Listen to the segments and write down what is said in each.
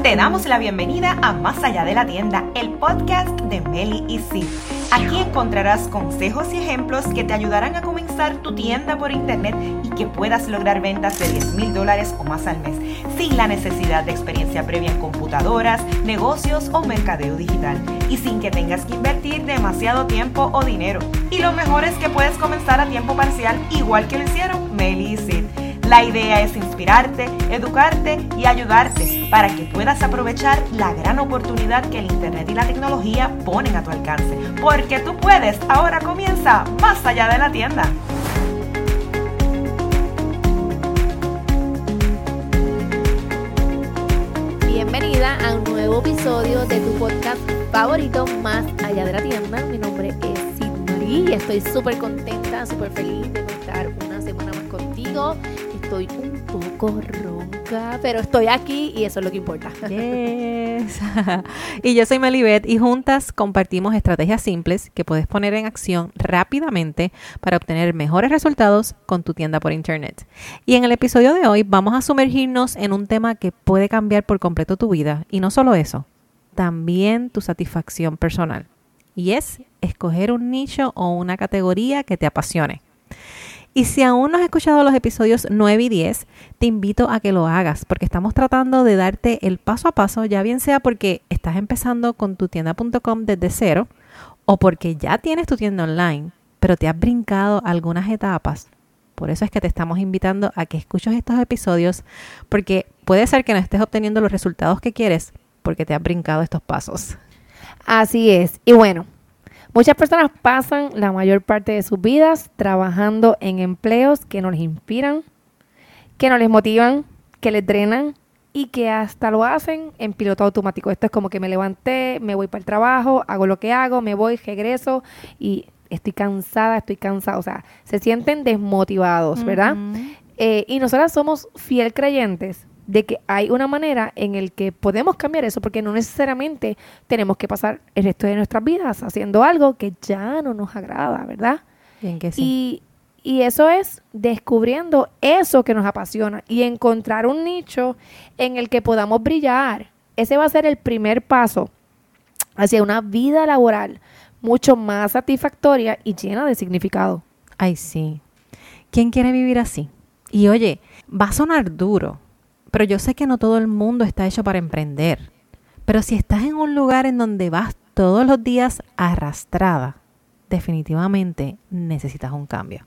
Te damos la bienvenida a Más Allá de la Tienda, el podcast de Meli y Sid. Aquí encontrarás consejos y ejemplos que te ayudarán a comenzar tu tienda por internet y que puedas lograr ventas de $10,000 o más al mes, sin la necesidad de experiencia previa en computadoras, negocios o mercadeo digital, y sin que tengas que invertir demasiado tiempo o dinero. Y lo mejor es que puedes comenzar a tiempo parcial, igual que lo hicieron Meli y Sid. La idea es inspirarte, educarte y ayudarte para que puedas aprovechar la gran oportunidad que el internet y la tecnología ponen a tu alcance. Porque tú puedes. Ahora comienza Más Allá de la Tienda. Bienvenida a un nuevo episodio de tu podcast favorito, Más Allá de la Tienda. Mi nombre es Sid Marie y estoy súper contenta, súper feliz de estar una semana más contigo. Estoy un poco ronca, pero estoy aquí y eso es lo que importa. Yes. Y yo soy Melibet y juntas compartimos estrategias simples que puedes poner en acción rápidamente para obtener mejores resultados con tu tienda por internet. Y en el episodio de hoy vamos a sumergirnos en un tema que puede cambiar por completo tu vida. Y no solo eso, también tu satisfacción personal. Y es escoger un nicho o una categoría que te apasione. Y si aún no has escuchado los episodios 9 y 10, te invito a que lo hagas porque estamos tratando de darte el paso a paso, ya bien sea porque estás empezando con tu tienda.com desde cero o porque ya tienes tu tienda online, pero te has brincado algunas etapas. Por eso es que te estamos invitando a que escuches estos episodios porque puede ser que no estés obteniendo los resultados que quieres porque te has brincado estos pasos. Así es. Y bueno, muchas personas pasan la mayor parte de sus vidas trabajando en empleos que no les inspiran, que no les motivan, que les drenan y que hasta lo hacen en piloto automático. Esto es como que me levanté, me voy para el trabajo, hago lo que hago, me voy, regreso y estoy cansada. O sea, se sienten desmotivados, ¿verdad? Y nosotras somos fiel creyentes de que hay una manera en el que podemos cambiar eso, porque no necesariamente tenemos que pasar el resto de nuestras vidas haciendo algo que ya no nos agrada, ¿verdad? Bien que sí. Y eso es descubriendo eso que nos apasiona y encontrar un nicho en el que podamos brillar. Ese va a ser el primer paso hacia una vida laboral mucho más satisfactoria y llena de significado. Ay, sí. ¿Quién quiere vivir así? Y oye, va a sonar duro, pero yo sé que no todo el mundo está hecho para emprender. Pero si estás en un lugar en donde vas todos los días arrastrada, definitivamente necesitas un cambio.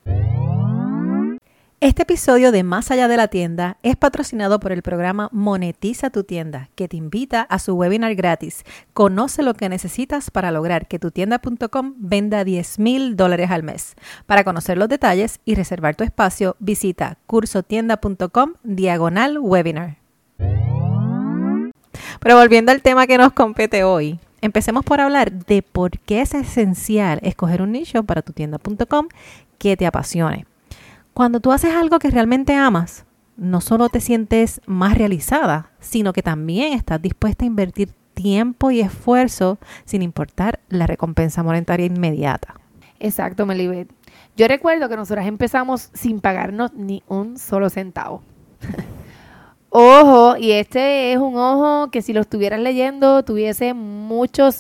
Este episodio de Más Allá de la Tienda es patrocinado por el programa Monetiza tu Tienda, que te invita a su webinar gratis. Conoce lo que necesitas para lograr que tu tienda.com venda $10,000 al mes. Para conocer los detalles y reservar tu espacio, visita cursotienda.com/webinar. Pero volviendo al tema que nos compete hoy, empecemos por hablar de por qué es esencial escoger un nicho para tu tienda.com que te apasione. Cuando tú haces algo que realmente amas, no solo te sientes más realizada, sino que también estás dispuesta a invertir tiempo y esfuerzo sin importar la recompensa monetaria inmediata. Exacto, Melibet. Yo recuerdo que nosotras empezamos sin pagarnos ni un solo centavo. Ojo, y este es un ojo que si lo estuvieras leyendo tuviese muchas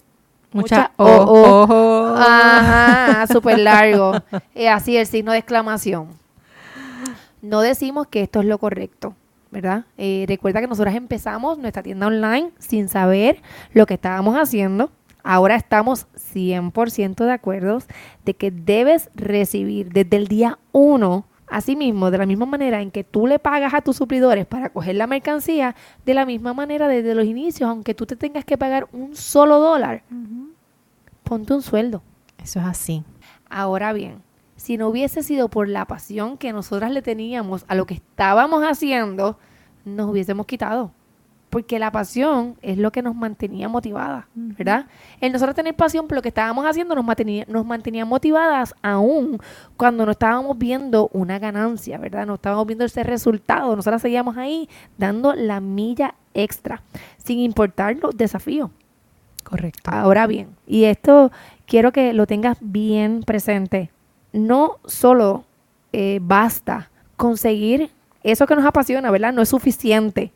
ojo. Ajá, súper largo. Así el signo de exclamación. No decimos que esto es lo correcto, ¿verdad? Recuerda que nosotras empezamos nuestra tienda online sin saber lo que estábamos haciendo. Ahora estamos 100% de acuerdo de que debes recibir desde el día 1, asimismo, de la misma manera en que tú le pagas a tus suplidores para coger la mercancía, de la misma manera desde los inicios, aunque tú te tengas que pagar un solo $1, ponte un sueldo. Eso es así. Ahora bien, si no hubiese sido por la pasión que nosotras le teníamos a lo que estábamos haciendo, nos hubiésemos quitado. Porque la pasión es lo que nos mantenía motivadas, ¿verdad? El nosotros tener pasión por lo que estábamos haciendo nos mantenía motivadas aún cuando no estábamos viendo una ganancia, ¿verdad? No estábamos viendo ese resultado. Nosotras seguíamos ahí dando la milla extra, sin importar los desafíos. Correcto. Ahora bien, y esto quiero que lo tengas bien presente. No solo basta conseguir eso que nos apasiona, ¿verdad? No es suficiente.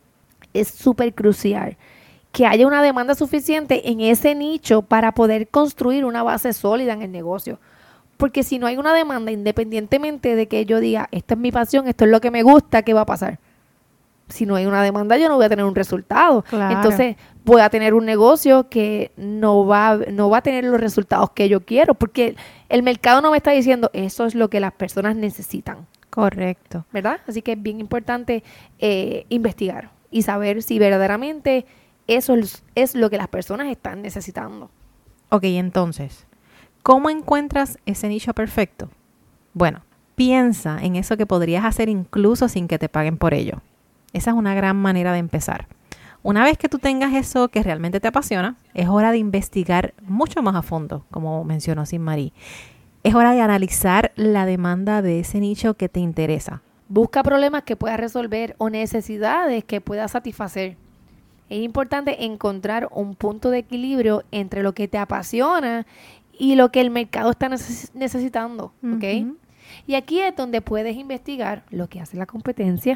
es súper crucial que haya una demanda suficiente en ese nicho para poder construir una base sólida en el negocio. Porque si no hay una demanda, independientemente de que yo diga, esta es mi pasión, esto es lo que me gusta, ¿qué va a pasar? Si no hay una demanda, yo no voy a tener un resultado. Claro. Entonces, voy a tener un negocio que no va a tener los resultados que yo quiero, porque el mercado no me está diciendo, eso es lo que las personas necesitan. Correcto. ¿Verdad? Así que es bien importante investigar y saber si verdaderamente eso es lo que las personas están necesitando. Ok, entonces, ¿cómo encuentras ese nicho perfecto? Bueno, piensa en eso que podrías hacer incluso sin que te paguen por ello. Esa es una gran manera de empezar. Una vez que tú tengas eso que realmente te apasiona, es hora de investigar mucho más a fondo, como mencionó Sin-Marie. Es hora de analizar la demanda de ese nicho que te interesa. Busca problemas que puedas resolver o necesidades que puedas satisfacer. Es importante encontrar un punto de equilibrio entre lo que te apasiona y lo que el mercado está necesitando, ¿ok? Uh-huh. Y aquí es donde puedes investigar lo que hace la competencia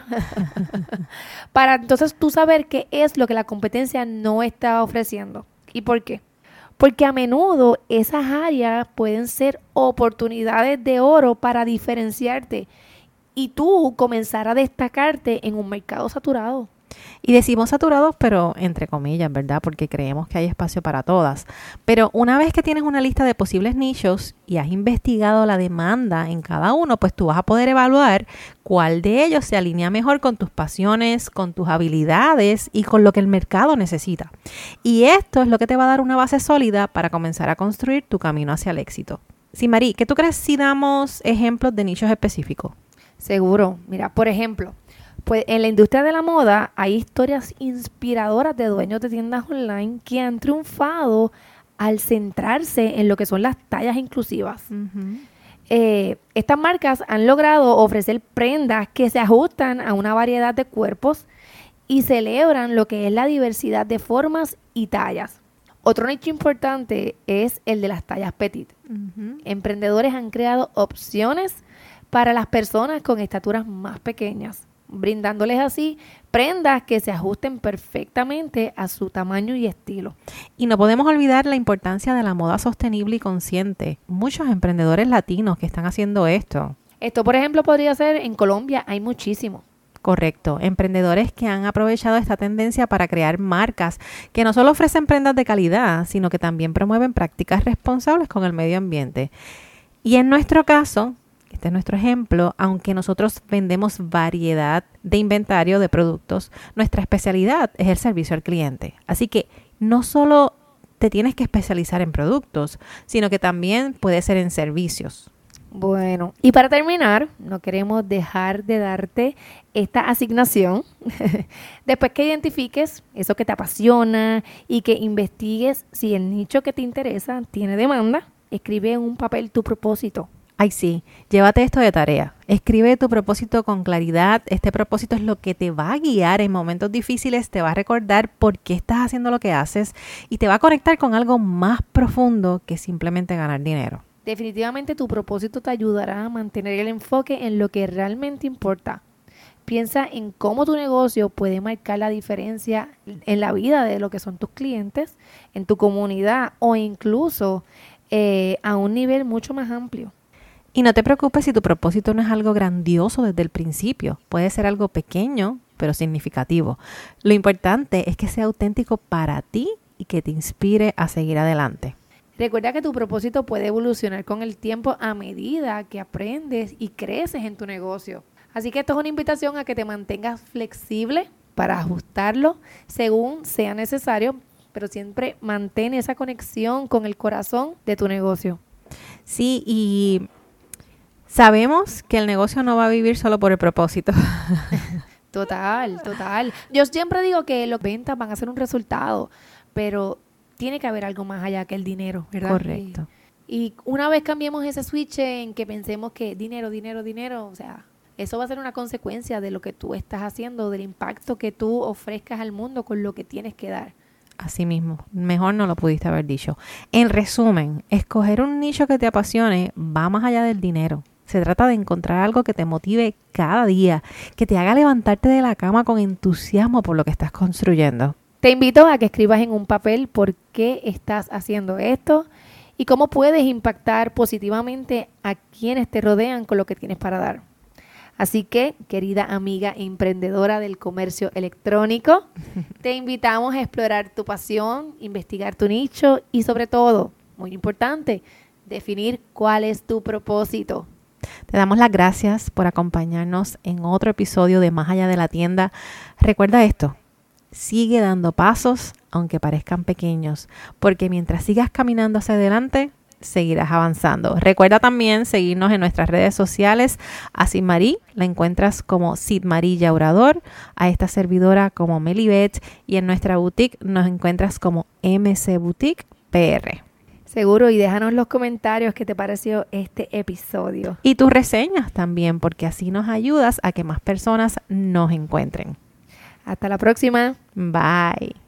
para entonces tú saber qué es lo que la competencia no está ofreciendo. ¿Y por qué? Porque a menudo esas áreas pueden ser oportunidades de oro para diferenciarte y tú comenzar a destacarte en un mercado saturado. Y decimos saturados, pero entre comillas, ¿verdad? Porque creemos que hay espacio para todas. Pero una vez que tienes una lista de posibles nichos y has investigado la demanda en cada uno, pues tú vas a poder evaluar cuál de ellos se alinea mejor con tus pasiones, con tus habilidades y con lo que el mercado necesita. Y esto es lo que te va a dar una base sólida para comenzar a construir tu camino hacia el éxito. Sin-Marie, ¿qué tú crees si damos ejemplos de nichos específicos? Seguro. Mira, por ejemplo, pues en la industria de la moda hay historias inspiradoras de dueños de tiendas online que han triunfado al centrarse en lo que son las tallas inclusivas. Uh-huh. Estas marcas han logrado ofrecer prendas que se ajustan a una variedad de cuerpos y celebran lo que es la diversidad de formas y tallas. Otro nicho importante es el de las tallas petit. Uh-huh. Emprendedores han creado opciones para las personas con estaturas más pequeñas, brindándoles así prendas que se ajusten perfectamente a su tamaño y estilo. Y no podemos olvidar la importancia de la moda sostenible y consciente. Muchos emprendedores latinos que están haciendo esto. Esto, por ejemplo, podría ser en Colombia, hay muchísimo. Correcto, emprendedores que han aprovechado esta tendencia para crear marcas que no solo ofrecen prendas de calidad, sino que también promueven prácticas responsables con el medio ambiente. Y en nuestro caso, este es nuestro ejemplo, aunque nosotros vendemos variedad de inventario de productos, nuestra especialidad es el servicio al cliente. Así que no solo te tienes que especializar en productos, sino que también puede ser en servicios. Bueno, y para terminar, no queremos dejar de darte esta asignación. Después que identifiques eso que te apasiona y que investigues si el nicho que te interesa tiene demanda, escribe en un papel tu propósito. Ay, sí, llévate esto de tarea. Escribe tu propósito con claridad. Este propósito es lo que te va a guiar en momentos difíciles, te va a recordar por qué estás haciendo lo que haces y te va a conectar con algo más profundo que simplemente ganar dinero. Definitivamente tu propósito te ayudará a mantener el enfoque en lo que realmente importa. Piensa en cómo tu negocio puede marcar la diferencia en la vida de lo que son tus clientes, en tu comunidad o incluso a un nivel mucho más amplio. Y no te preocupes si tu propósito no es algo grandioso desde el principio. Puede ser algo pequeño, pero significativo. Lo importante es que sea auténtico para ti y que te inspire a seguir adelante. Recuerda que tu propósito puede evolucionar con el tiempo a medida que aprendes y creces en tu negocio. Así que esto es una invitación a que te mantengas flexible para ajustarlo según sea necesario, pero siempre mantén esa conexión con el corazón de tu negocio. Sí, y sabemos que el negocio no va a vivir solo por el propósito. Total. Yo siempre digo que las ventas van a ser un resultado, pero tiene que haber algo más allá que el dinero, ¿verdad? Correcto. Y una vez cambiemos ese switch en que pensemos que dinero, o sea, eso va a ser una consecuencia de lo que tú estás haciendo, del impacto que tú ofrezcas al mundo con lo que tienes que dar. Así mismo, mejor no lo pudiste haber dicho. En resumen, escoger un nicho que te apasione va más allá del dinero. Se trata de encontrar algo que te motive cada día, que te haga levantarte de la cama con entusiasmo por lo que estás construyendo. Te invito a que escribas en un papel por qué estás haciendo esto y cómo puedes impactar positivamente a quienes te rodean con lo que tienes para dar. Así que, querida amiga emprendedora del comercio electrónico, te invitamos a explorar tu pasión, investigar tu nicho y sobre todo, muy importante, definir cuál es tu propósito. Te damos las gracias por acompañarnos en otro episodio de Más Allá de la Tienda. Recuerda esto, sigue dando pasos aunque parezcan pequeños, porque mientras sigas caminando hacia adelante, seguirás avanzando. Recuerda también seguirnos en nuestras redes sociales. A Sid Marie la encuentras como Sid Marie Llaurador, a esta servidora como Melibet, y en nuestra boutique nos encuentras como MC Boutique PR. Seguro, y déjanos los comentarios qué te pareció este episodio. Y tus reseñas también, porque así nos ayudas a que más personas nos encuentren. Hasta la próxima. Bye.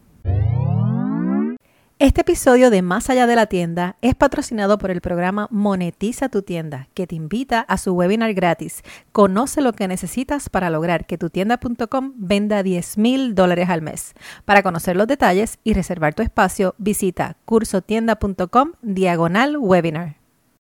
Este episodio de Más Allá de la Tienda es patrocinado por el programa Monetiza tu Tienda, que te invita a su webinar gratis. Conoce lo que necesitas para lograr que tu tienda.com venda $10,000 al mes. Para conocer los detalles y reservar tu espacio, visita cursotienda.com/webinar.